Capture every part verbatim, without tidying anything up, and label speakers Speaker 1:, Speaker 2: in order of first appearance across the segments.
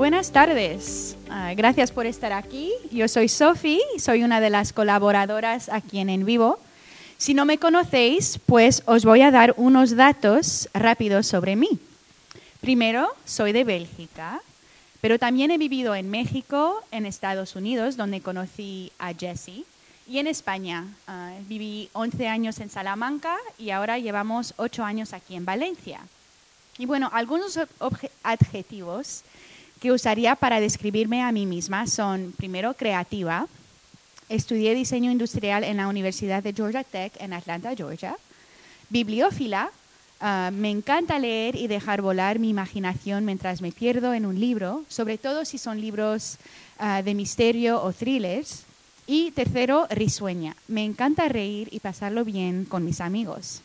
Speaker 1: buenas tardes. Uh, gracias por estar aquí. Yo soy Sophie, soy una de las colaboradoras aquí en En Vivo. Si no me conocéis, pues os voy a dar unos datos rápidos sobre mí. Primero, soy de Bélgica, pero también he vivido en México, en Estados Unidos, donde conocí a Jessie, y en España. Uh, viví once años en Salamanca y ahora llevamos ocho años aquí en Valencia. Y bueno, algunos adjetivos que usaría para describirme a mí misma son, primero, creativa. Estudié diseño industrial en la Universidad de Georgia Tech en Atlanta, Georgia. Bibliófila. Uh, me encanta leer y dejar volar mi imaginación mientras me pierdo en un libro, sobre todo si son libros uh, de misterio o thrillers. Y tercero, risueña. Me encanta reír y pasarlo bien con mis amigos.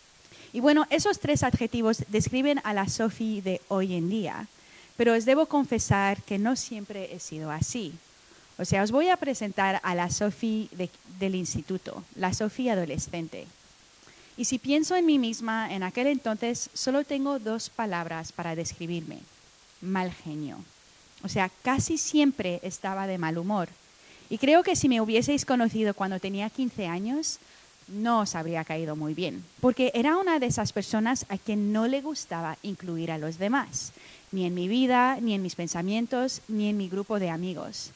Speaker 1: Y bueno, esos tres adjetivos describen a la Sophie de hoy en día, pero os debo confesar que no siempre he sido así. O sea, os voy a presentar a la Sophie de, del instituto, la Sophie adolescente. Y si pienso en mí misma, en aquel entonces solo tengo dos palabras para describirme: mal genio. O sea, casi siempre estaba de mal humor. Y creo que si me hubieseis conocido cuando tenía quince años, no os habría caído muy bien, porque era una de esas personas a quien no le gustaba incluir a los demás, ni en mi vida, ni en mis pensamientos, ni en mi grupo de amigos.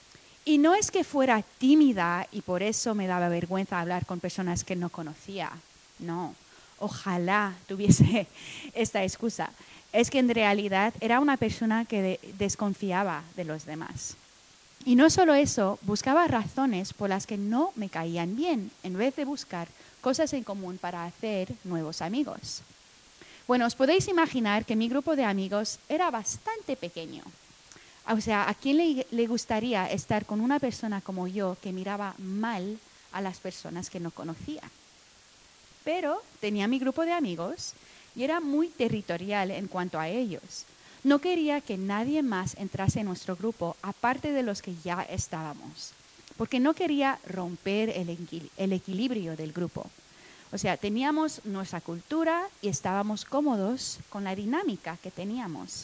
Speaker 1: Y no es que fuera tímida y por eso me daba vergüenza hablar con personas que no conocía. No, ojalá tuviese esta excusa. Es que en realidad era una persona que de- desconfiaba de los demás. Y no solo eso, buscaba razones por las que no me caían bien, en vez de buscar cosas en común para hacer nuevos amigos. Bueno, os podéis imaginar que mi grupo de amigos era bastante pequeño. O sea, ¿a quién le, le gustaría estar con una persona como yo que miraba mal a las personas que no conocía? Pero tenía mi grupo de amigos y era muy territorial en cuanto a ellos. No quería que nadie más entrase en nuestro grupo, aparte de los que ya estábamos, porque no quería romper el, equil- el equilibrio del grupo. O sea, teníamos nuestra cultura y estábamos cómodos con la dinámica que teníamos.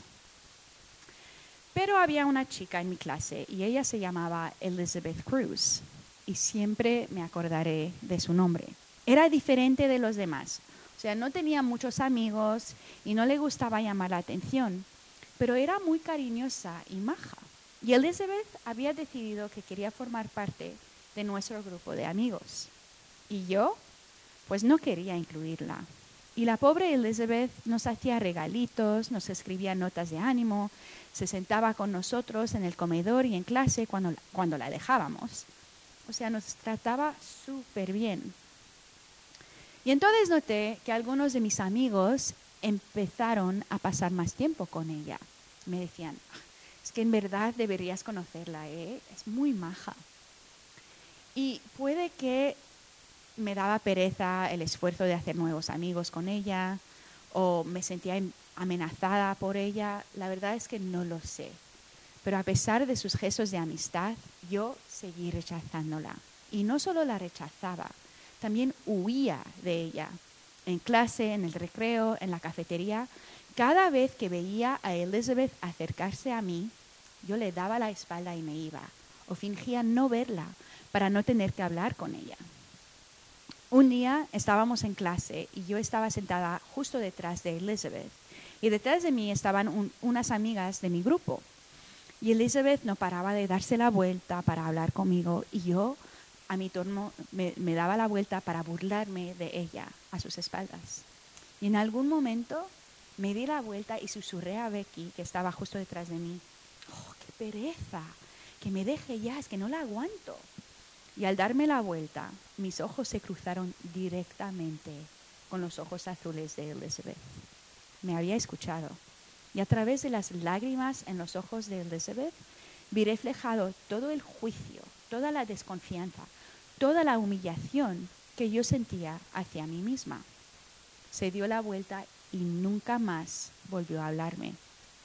Speaker 1: Pero había una chica en mi clase y ella se llamaba Elizabeth Cruz y siempre me acordaré de su nombre. Era diferente de los demás. O sea, no tenía muchos amigos y no le gustaba llamar la atención, pero era muy cariñosa y maja. Y Elizabeth había decidido que quería formar parte de nuestro grupo de amigos. Y yo, pues no quería incluirla. Y la pobre Elizabeth nos hacía regalitos, nos escribía notas de ánimo, se sentaba con nosotros en el comedor y en clase cuando, cuando la dejábamos. O sea, nos trataba súper bien. Y entonces noté que algunos de mis amigos empezaron a pasar más tiempo con ella. Me decían, es que en verdad deberías conocerla, ¿eh? Es muy maja. Y puede que me daba pereza el esfuerzo de hacer nuevos amigos con ella, o me sentía amenazada por ella. La verdad es que no lo sé. Pero a pesar de sus gestos de amistad, yo seguí rechazándola. Y no solo la rechazaba, también huía de ella. En clase, en el recreo, en la cafetería, cada vez que veía a Elizabeth acercarse a mí, yo le daba la espalda y me iba, o fingía no verla para no tener que hablar con ella. Un día estábamos en clase y yo estaba sentada justo detrás de Elizabeth, y detrás de mí estaban un, unas amigas de mi grupo. Y Elizabeth no paraba de darse la vuelta para hablar conmigo y yo a mi turno me, me daba la vuelta para burlarme de ella a sus espaldas. Y en algún momento me di la vuelta y susurré a Becky, que estaba justo detrás de mí, ¡oh, qué pereza! Que me deje ya, es que no la aguanto. Y al darme la vuelta, mis ojos se cruzaron directamente con los ojos azules de Elizabeth. Me había escuchado. Y a través de las lágrimas en los ojos de Elizabeth, vi reflejado todo el juicio, toda la desconfianza, toda la humillación que yo sentía hacia mí misma. Se dio la vuelta y nunca más volvió a hablarme.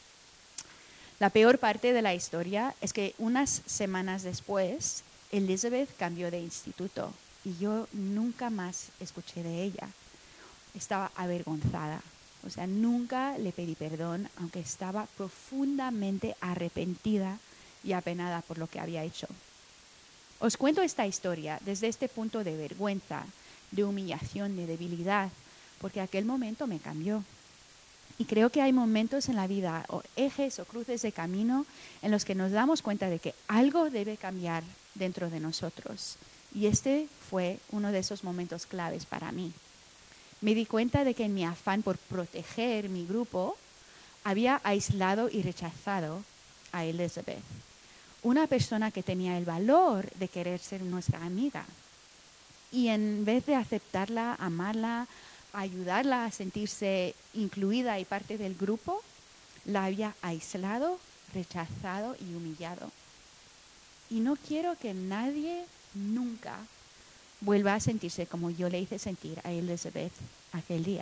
Speaker 1: La peor parte de la historia es que unas semanas después, Elizabeth cambió de instituto y yo nunca más escuché de ella. Estaba avergonzada. O sea, nunca le pedí perdón, aunque estaba profundamente arrepentida y apenada por lo que había hecho. Os cuento esta historia desde este punto de vergüenza, de humillación, de debilidad, porque aquel momento me cambió. Y creo que hay momentos en la vida, o ejes o cruces de camino, en los que nos damos cuenta de que algo debe cambiar dentro de nosotros. Y este fue uno de esos momentos claves para mí. Me di cuenta de que en mi afán por proteger mi grupo, había aislado y rechazado a Elizabeth, una persona que tenía el valor de querer ser nuestra amiga. Y en vez de aceptarla, amarla, ayudarla a sentirse incluida y parte del grupo, la había aislado, rechazado y humillado. Y no quiero que nadie nunca vuelva a sentirse como yo le hice sentir a Elizabeth aquel día.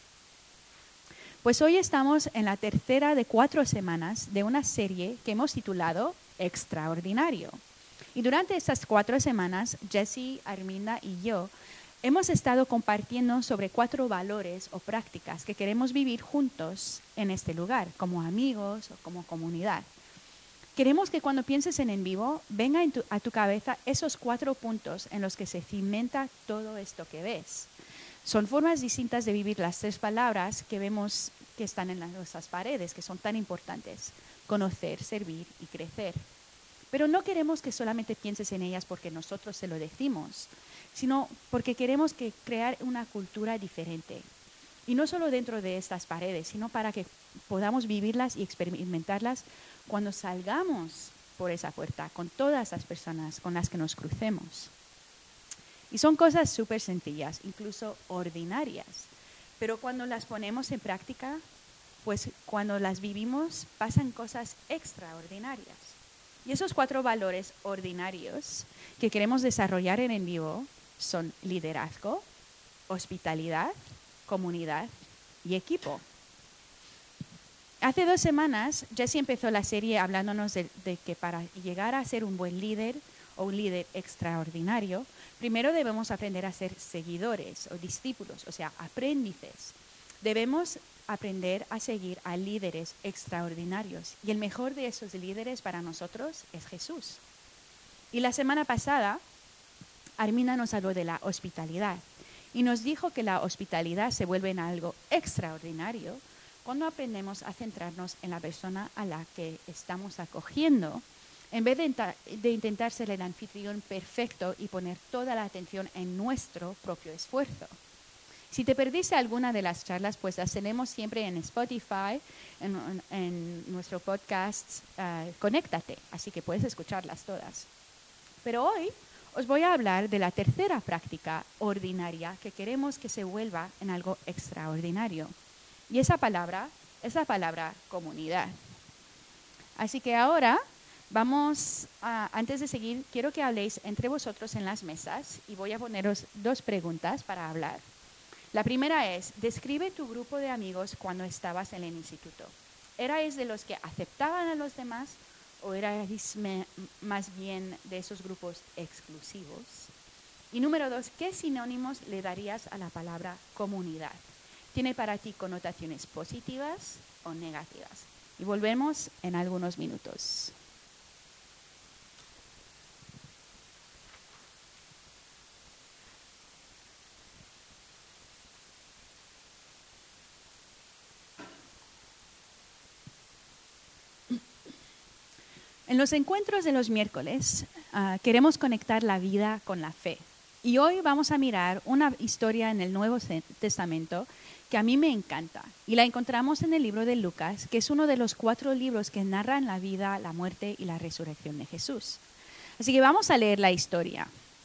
Speaker 1: Pues hoy estamos en la tercera de cuatro semanas de una serie que hemos titulado Extraordinario. Y durante estas cuatro semanas, Jessie, Arminda y yo hemos estado compartiendo sobre cuatro valores o prácticas que queremos vivir juntos en este lugar, como amigos o como comunidad. Queremos que cuando pienses en En Vivo, venga en tu, a tu cabeza esos cuatro puntos en los que se cimenta todo esto que ves. Son formas distintas de vivir las tres palabras que vemos que están en las, nuestras paredes, que son tan importantes: conocer, servir y crecer. Pero no queremos que solamente pienses en ellas porque nosotros se lo decimos, sino porque queremos que crear una cultura diferente. Y no solo dentro de estas paredes, sino para que podamos vivirlas y experimentarlas cuando salgamos por esa puerta, con todas las personas con las que nos crucemos. Y son cosas súper sencillas, incluso ordinarias. Pero cuando las ponemos en práctica, pues cuando las vivimos, pasan cosas extraordinarias. Y esos cuatro valores ordinarios que queremos desarrollar en En Vivo son liderazgo, hospitalidad, comunidad y equipo. Hace dos semanas, Jessie empezó la serie hablándonos de, de que para llegar a ser un buen líder o un líder extraordinario, primero debemos aprender a ser seguidores o discípulos, o sea, aprendices. Debemos aprender a seguir a líderes extraordinarios. Y el mejor de esos líderes para nosotros es Jesús. Y la semana pasada, Arminda nos habló de la hospitalidad y nos dijo que la hospitalidad se vuelve en algo extraordinario cuando aprendemos a centrarnos en la persona a la que estamos acogiendo, en vez de, de intentar ser el anfitrión perfecto y poner toda la atención en nuestro propio esfuerzo. Si te perdiste alguna de las charlas, pues las tenemos siempre en Spotify, en, en, en nuestro podcast uh, Conéctate, así que puedes escucharlas todas. Pero hoy os voy a hablar de la tercera práctica ordinaria que queremos que se vuelva en algo extraordinario. Y esa palabra es la palabra comunidad. Así que ahora vamos, a, antes de seguir, quiero que habléis entre vosotros en las mesas y voy a poneros dos preguntas para hablar. La primera es, describe tu grupo de amigos cuando estabas en el instituto. ¿Erais de los que aceptaban a los demás o erais me, más bien de esos grupos exclusivos? Y número dos, ¿qué sinónimos le darías a la palabra comunidad? ¿Tiene para ti connotaciones positivas o negativas? Y volvemos en algunos minutos. En los encuentros de los miércoles uh, queremos conectar la vida con la fe. Y hoy vamos a mirar una historia en el Nuevo Testamento que a mí me encanta. Y la encontramos en el libro de Lucas, que es uno de los cuatro libros que narran la vida, la muerte y la resurrección de Jesús. Así que vamos a leer la historia.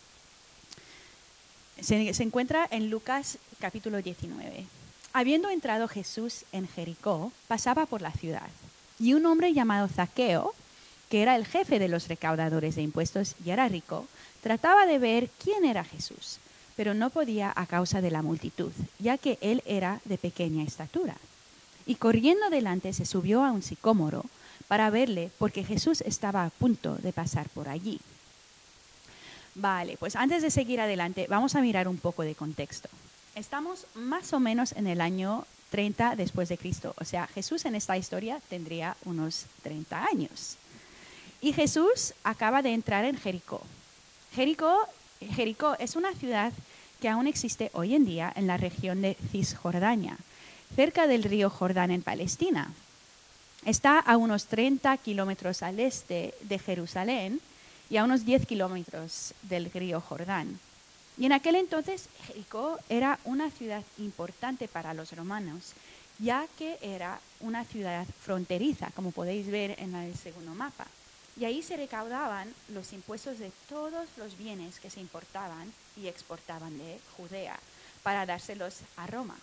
Speaker 1: Se, se encuentra en Lucas capítulo diecinueve. Habiendo entrado Jesús en Jericó, pasaba por la ciudad. Y un hombre llamado Zaqueo, que era el jefe de los recaudadores de impuestos y era rico, trataba de ver quién era Jesús, pero no podía a causa de la multitud, ya que él era de pequeña estatura. Y corriendo delante se subió a un sicómoro para verle, porque Jesús estaba a punto de pasar por allí. Vale, pues antes de seguir adelante, vamos a mirar un poco de contexto. Estamos más o menos en el año treinta después de Cristo. O sea, Jesús en esta historia tendría unos treinta años. Y Jesús acaba de entrar en Jericó. Jericó, Jericó es una ciudad que aún existe hoy en día en la región de Cisjordania, cerca del río Jordán en Palestina. Está a unos treinta kilómetros al este de Jerusalén y a unos diez kilómetros del río Jordán. Y en aquel entonces Jericó era una ciudad importante para los romanos, ya que era una ciudad fronteriza, como podéis ver en el segundo mapa. Y ahí se recaudaban los impuestos de todos los bienes que se importaban y exportaban de Judea para dárselos a Roma.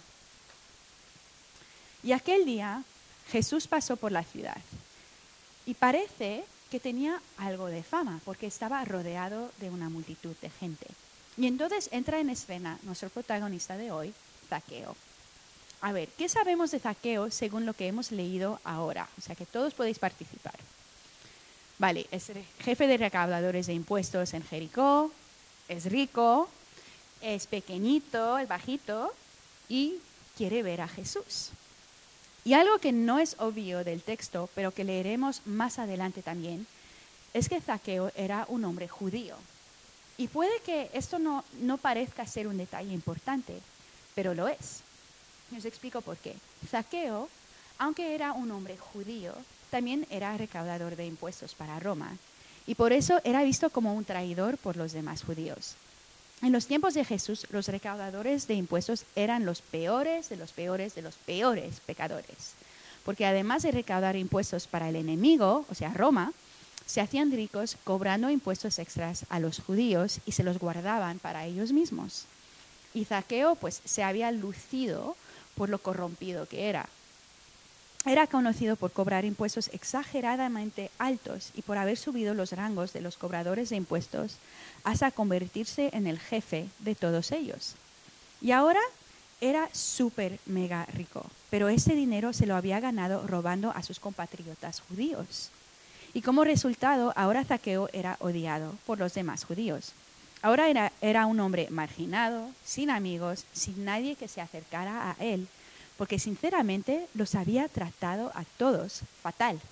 Speaker 1: Y aquel día Jesús pasó por la ciudad y parece que tenía algo de fama porque estaba rodeado de una multitud de gente. Y entonces entra en escena nuestro protagonista de hoy, Zaqueo. A ver, ¿qué sabemos de Zaqueo según lo que hemos leído ahora? O sea, que todos podéis participar. Vale, es el jefe de recaudadores de impuestos en Jericó, es rico, es pequeñito, es bajito y quiere ver a Jesús. Y algo que no es obvio del texto, pero que leeremos más adelante también, es que Zaqueo era un hombre judío. Y puede que esto no, no parezca ser un detalle importante, pero lo es. Y os explico por qué. Zaqueo, aunque era un hombre judío, también era recaudador de impuestos para Roma, y por eso era visto como un traidor por los demás judíos. En los tiempos de Jesús, los recaudadores de impuestos eran los peores de los peores de los peores pecadores, porque además de recaudar impuestos para el enemigo, o sea, Roma, se hacían ricos cobrando impuestos extras a los judíos y se los guardaban para ellos mismos. Y Zaqueo, pues, se había lucido por lo corrompido que era. Era conocido por cobrar impuestos exageradamente altos y por haber subido los rangos de los cobradores de impuestos hasta convertirse en el jefe de todos ellos. Y ahora era súper mega rico, pero ese dinero se lo había ganado robando a sus compatriotas judíos. Y como resultado, ahora Zaqueo era odiado por los demás judíos. Ahora era, era un hombre marginado, sin amigos, sin nadie que se acercara a él, porque sinceramente los había tratado a todos fatal.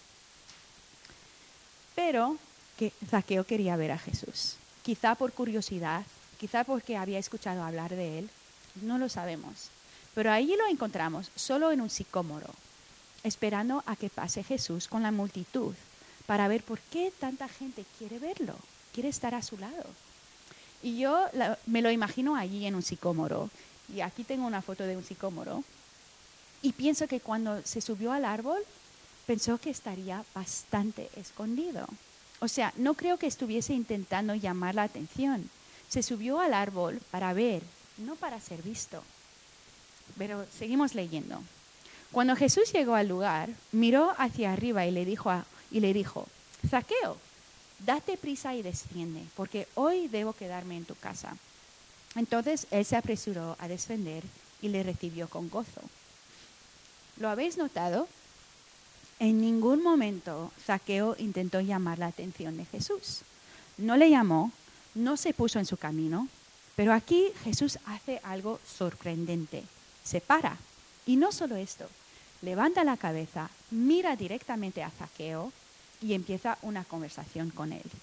Speaker 1: Pero que Zaqueo quería ver a Jesús, quizá por curiosidad, quizá porque había escuchado hablar de él, no lo sabemos. Pero ahí lo encontramos, solo en un sicómoro, esperando a que pase Jesús con la multitud, para ver por qué tanta gente quiere verlo, quiere estar a su lado. Y yo la, me lo imagino allí en un sicómoro, y aquí tengo una foto de un sicómoro, y pienso que cuando se subió al árbol, pensó que estaría bastante escondido. O sea, no creo que estuviese intentando llamar la atención. Se subió al árbol para ver, no para ser visto. Pero seguimos leyendo. Cuando Jesús llegó al lugar, miró hacia arriba y le dijo, a, y le dijo, Zaqueo, date prisa y desciende, porque hoy debo quedarme en tu casa. Entonces él se apresuró a descender y le recibió con gozo. ¿Lo habéis notado? En ningún momento Zaqueo intentó llamar la atención de Jesús. No le llamó, no se puso en su camino, pero aquí Jesús hace algo sorprendente. Se para. Y no solo esto, levanta la cabeza, mira directamente a Zaqueo y empieza una conversación con él.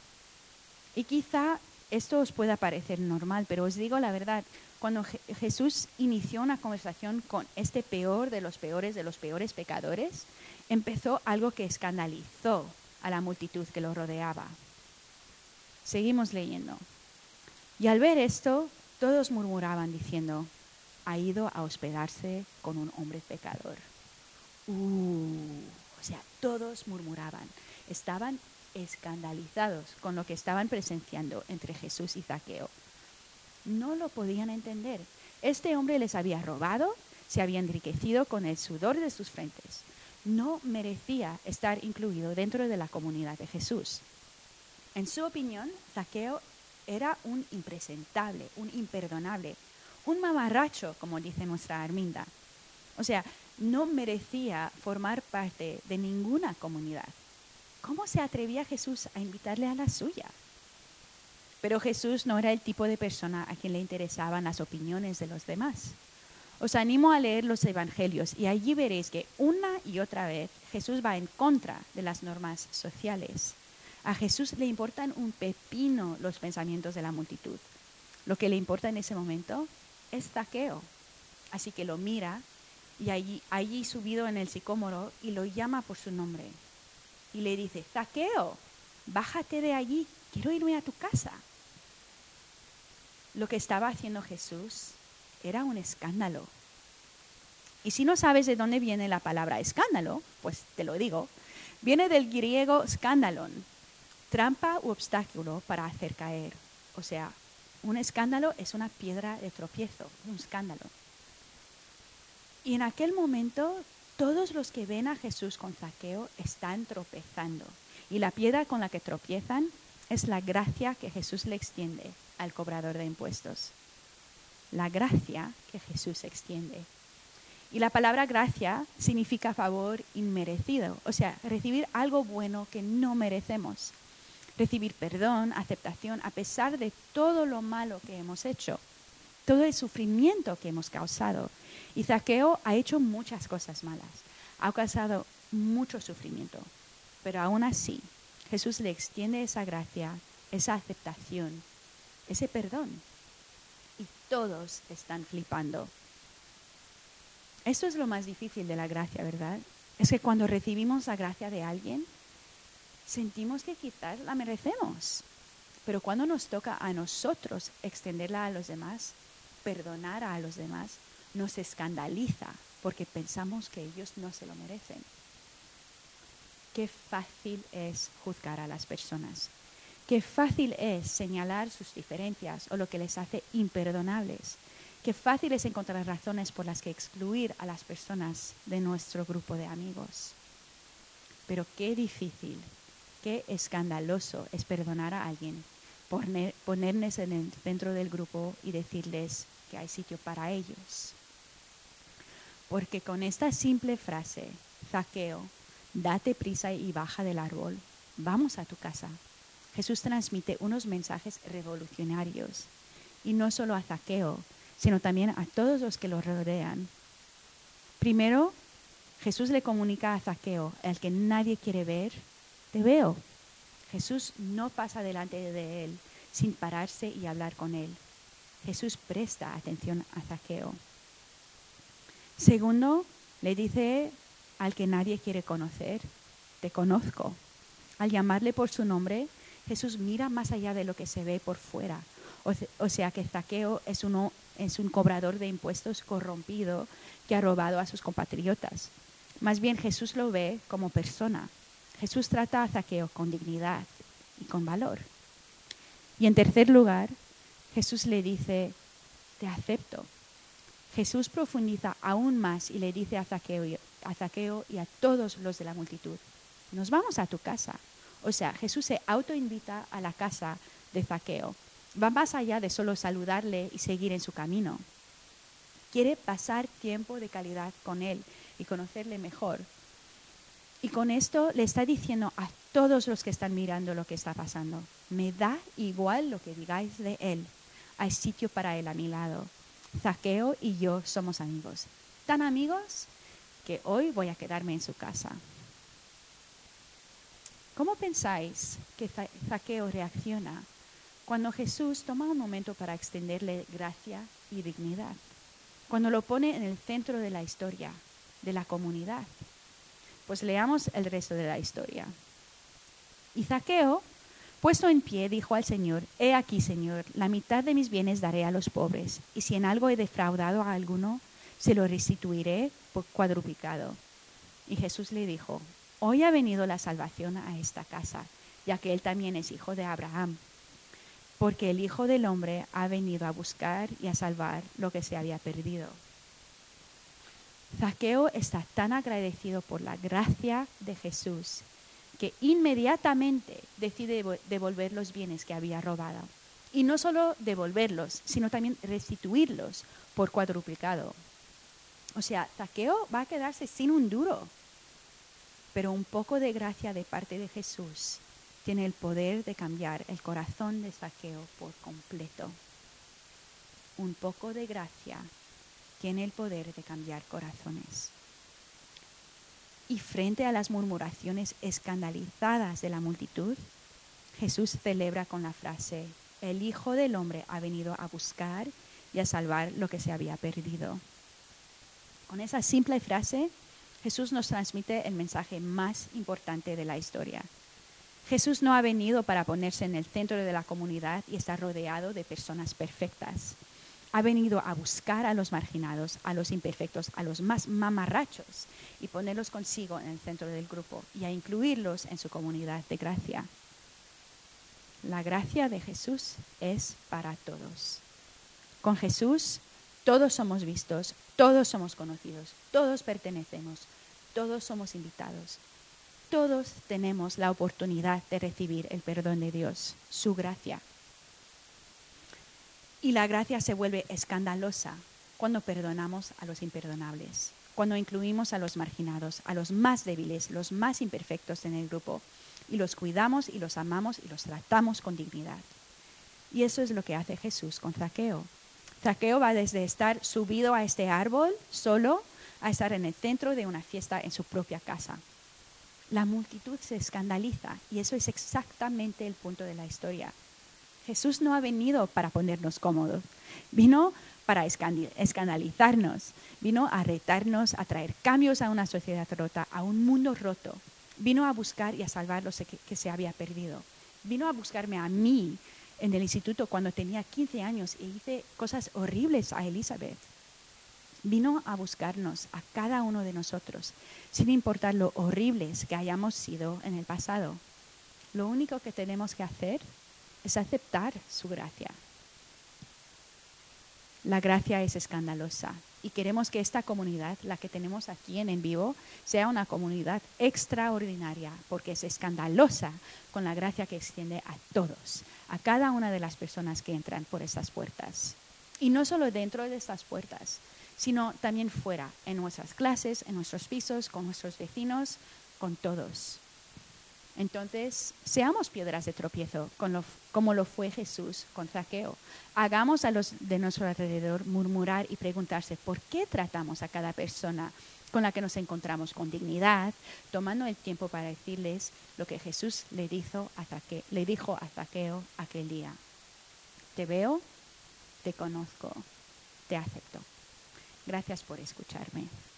Speaker 1: Y quizá esto os pueda parecer normal, pero os digo la verdad, cuando Je- Jesús inició una conversación con este peor de los peores de los peores pecadores, empezó algo que escandalizó a la multitud que lo rodeaba. Seguimos leyendo. Y al ver esto, todos murmuraban diciendo, ha ido a hospedarse con un hombre pecador. Uh, o sea, todos murmuraban, estaban escandalizados con lo que estaban presenciando entre Jesús y Zaqueo. No lo podían entender. Este hombre les había robado, se había enriquecido con el sudor de sus frentes. No merecía estar incluido dentro de la comunidad de Jesús. En su opinión, Zaqueo era un impresentable, un imperdonable, un mamarracho, como dice nuestra Arminda. O sea, no merecía formar parte de ninguna comunidad. ¿Cómo se atrevía Jesús a invitarle a la suya? Pero Jesús no era el tipo de persona a quien le interesaban las opiniones de los demás. Os animo a leer los evangelios y allí veréis que una y otra vez Jesús va en contra de las normas sociales. A Jesús le importan un pepino los pensamientos de la multitud. Lo que le importa en ese momento es Zaqueo. Así que lo mira y allí, allí subido en el sicómoro y lo llama por su nombre. Y le dice, Zaqueo, bájate de allí, quiero irme a tu casa. Lo que estaba haciendo Jesús era un escándalo. Y si no sabes de dónde viene la palabra escándalo, pues te lo digo, viene del griego skandalon, trampa u obstáculo para hacer caer. O sea, un escándalo es una piedra de tropiezo, un escándalo. Y en aquel momento, todos los que ven a Jesús con Zaqueo están tropezando. Y la piedra con la que tropiezan es la gracia que Jesús le extiende al cobrador de impuestos. La gracia que Jesús extiende. Y la palabra gracia significa favor inmerecido, o sea, recibir algo bueno que no merecemos. Recibir perdón, aceptación, a pesar de todo lo malo que hemos hecho, todo el sufrimiento que hemos causado. Y Zaqueo ha hecho muchas cosas malas, ha causado mucho sufrimiento, pero aún así Jesús le extiende esa gracia, esa aceptación, ese perdón. Y todos están flipando. Esto es lo más difícil de la gracia, ¿verdad? Es que cuando recibimos la gracia de alguien, sentimos que quizás la merecemos. Pero cuando nos toca a nosotros extenderla a los demás, perdonar a los demás, nos escandaliza porque pensamos que ellos no se lo merecen. Qué fácil es juzgar a las personas. Qué fácil es señalar sus diferencias o lo que les hace imperdonables. Qué fácil es encontrar razones por las que excluir a las personas de nuestro grupo de amigos. Pero qué difícil, qué escandaloso es perdonar a alguien, poner, ponernos en el centro del grupo y decirles que hay sitio para ellos. Porque con esta simple frase, Zaqueo, date prisa y baja del árbol, vamos a tu casa, Jesús transmite unos mensajes revolucionarios. Y no solo a Zaqueo, sino también a todos los que lo rodean. Primero, Jesús le comunica a Zaqueo, el que nadie quiere ver, te veo. Jesús no pasa delante de él sin pararse y hablar con él. Jesús presta atención a Zaqueo. Segundo, le dice al que nadie quiere conocer, te conozco. Al llamarle por su nombre, Jesús mira más allá de lo que se ve por fuera. O sea que Zaqueo es, uno, es un cobrador de impuestos corrompido que ha robado a sus compatriotas. Más bien Jesús lo ve como persona. Jesús trata a Zaqueo con dignidad y con valor. Y en tercer lugar, Jesús le dice, te acepto. Jesús profundiza aún más y le dice a Zaqueo, a Zaqueo y a todos los de la multitud, nos vamos a tu casa. O sea, Jesús se autoinvita a la casa de Zaqueo. Va más allá de solo saludarle y seguir en su camino. Quiere pasar tiempo de calidad con él y conocerle mejor. Y con esto le está diciendo a todos los que están mirando lo que está pasando, me da igual lo que digáis de él. Hay sitio para él a mi lado. Zaqueo y yo somos amigos. Tan amigos que hoy voy a quedarme en su casa. ¿Cómo pensáis que Zaqueo reacciona cuando Jesús toma un momento para extenderle gracia y dignidad? Cuando lo pone en el centro de la historia, de la comunidad. Pues leamos el resto de la historia. Y Zaqueo, puesto en pie, dijo al Señor, he aquí, Señor, la mitad de mis bienes daré a los pobres, y si en algo he defraudado a alguno, se lo restituiré por cuadruplicado. Y Jesús le dijo, hoy ha venido la salvación a esta casa, ya que él también es hijo de Abraham. Porque el Hijo del Hombre ha venido a buscar y a salvar lo que se había perdido. Zaqueo está tan agradecido por la gracia de Jesús que inmediatamente decide devolver los bienes que había robado. Y no solo devolverlos, sino también restituirlos por cuadruplicado. O sea, Zaqueo va a quedarse sin un duro. Pero un poco de gracia de parte de Jesús tiene el poder de cambiar el corazón de Zaqueo por completo. Un poco de gracia tiene el poder de cambiar corazones. Y frente a las murmuraciones escandalizadas de la multitud, Jesús celebra con la frase: el Hijo del Hombre ha venido a buscar y a salvar lo que se había perdido. Con esa simple frase, Jesús nos transmite el mensaje más importante de la historia. Jesús no ha venido para ponerse en el centro de la comunidad y estar rodeado de personas perfectas. Ha venido a buscar a los marginados, a los imperfectos, a los más mamarrachos y ponerlos consigo en el centro del grupo y a incluirlos en su comunidad de gracia. La gracia de Jesús es para todos. Con Jesús todos somos vistos, todos somos conocidos, todos pertenecemos, todos somos invitados. Todos tenemos la oportunidad de recibir el perdón de Dios, su gracia. Y la gracia se vuelve escandalosa cuando perdonamos a los imperdonables, cuando incluimos a los marginados, a los más débiles, los más imperfectos en el grupo, y los cuidamos y los amamos y los tratamos con dignidad. Y eso es lo que hace Jesús con Zaqueo. Zaqueo va desde estar subido a este árbol solo a estar en el centro de una fiesta en su propia casa. La multitud se escandaliza y eso es exactamente el punto de la historia. Jesús no ha venido para ponernos cómodos, vino para escandalizarnos, vino a retarnos, a traer cambios a una sociedad rota, a un mundo roto. Vino a buscar y a salvar lo que, que se había perdido. Vino a buscarme a mí en el instituto cuando tenía quince años y hice cosas horribles a Elizabeth. Vino a buscarnos a cada uno de nosotros, sin importar lo horribles que hayamos sido en el pasado. Lo único que tenemos que hacer es aceptar su gracia. La gracia es escandalosa y queremos que esta comunidad, la que tenemos aquí en En Vivo, sea una comunidad extraordinaria porque es escandalosa con la gracia que extiende a todos, a cada una de las personas que entran por estas puertas. Y no solo dentro de estas puertas, sino también fuera, en nuestras clases, en nuestros pisos, con nuestros vecinos, con todos. Entonces, seamos piedras de tropiezo, con lo, como lo fue Jesús con Zaqueo. Hagamos a los de nuestro alrededor murmurar y preguntarse por qué tratamos a cada persona con la que nos encontramos con dignidad, tomando el tiempo para decirles lo que Jesús le dijo a Zaqueo, le dijo a Zaqueo aquel día. Te veo, te conozco, te acepto. Gracias por escucharme.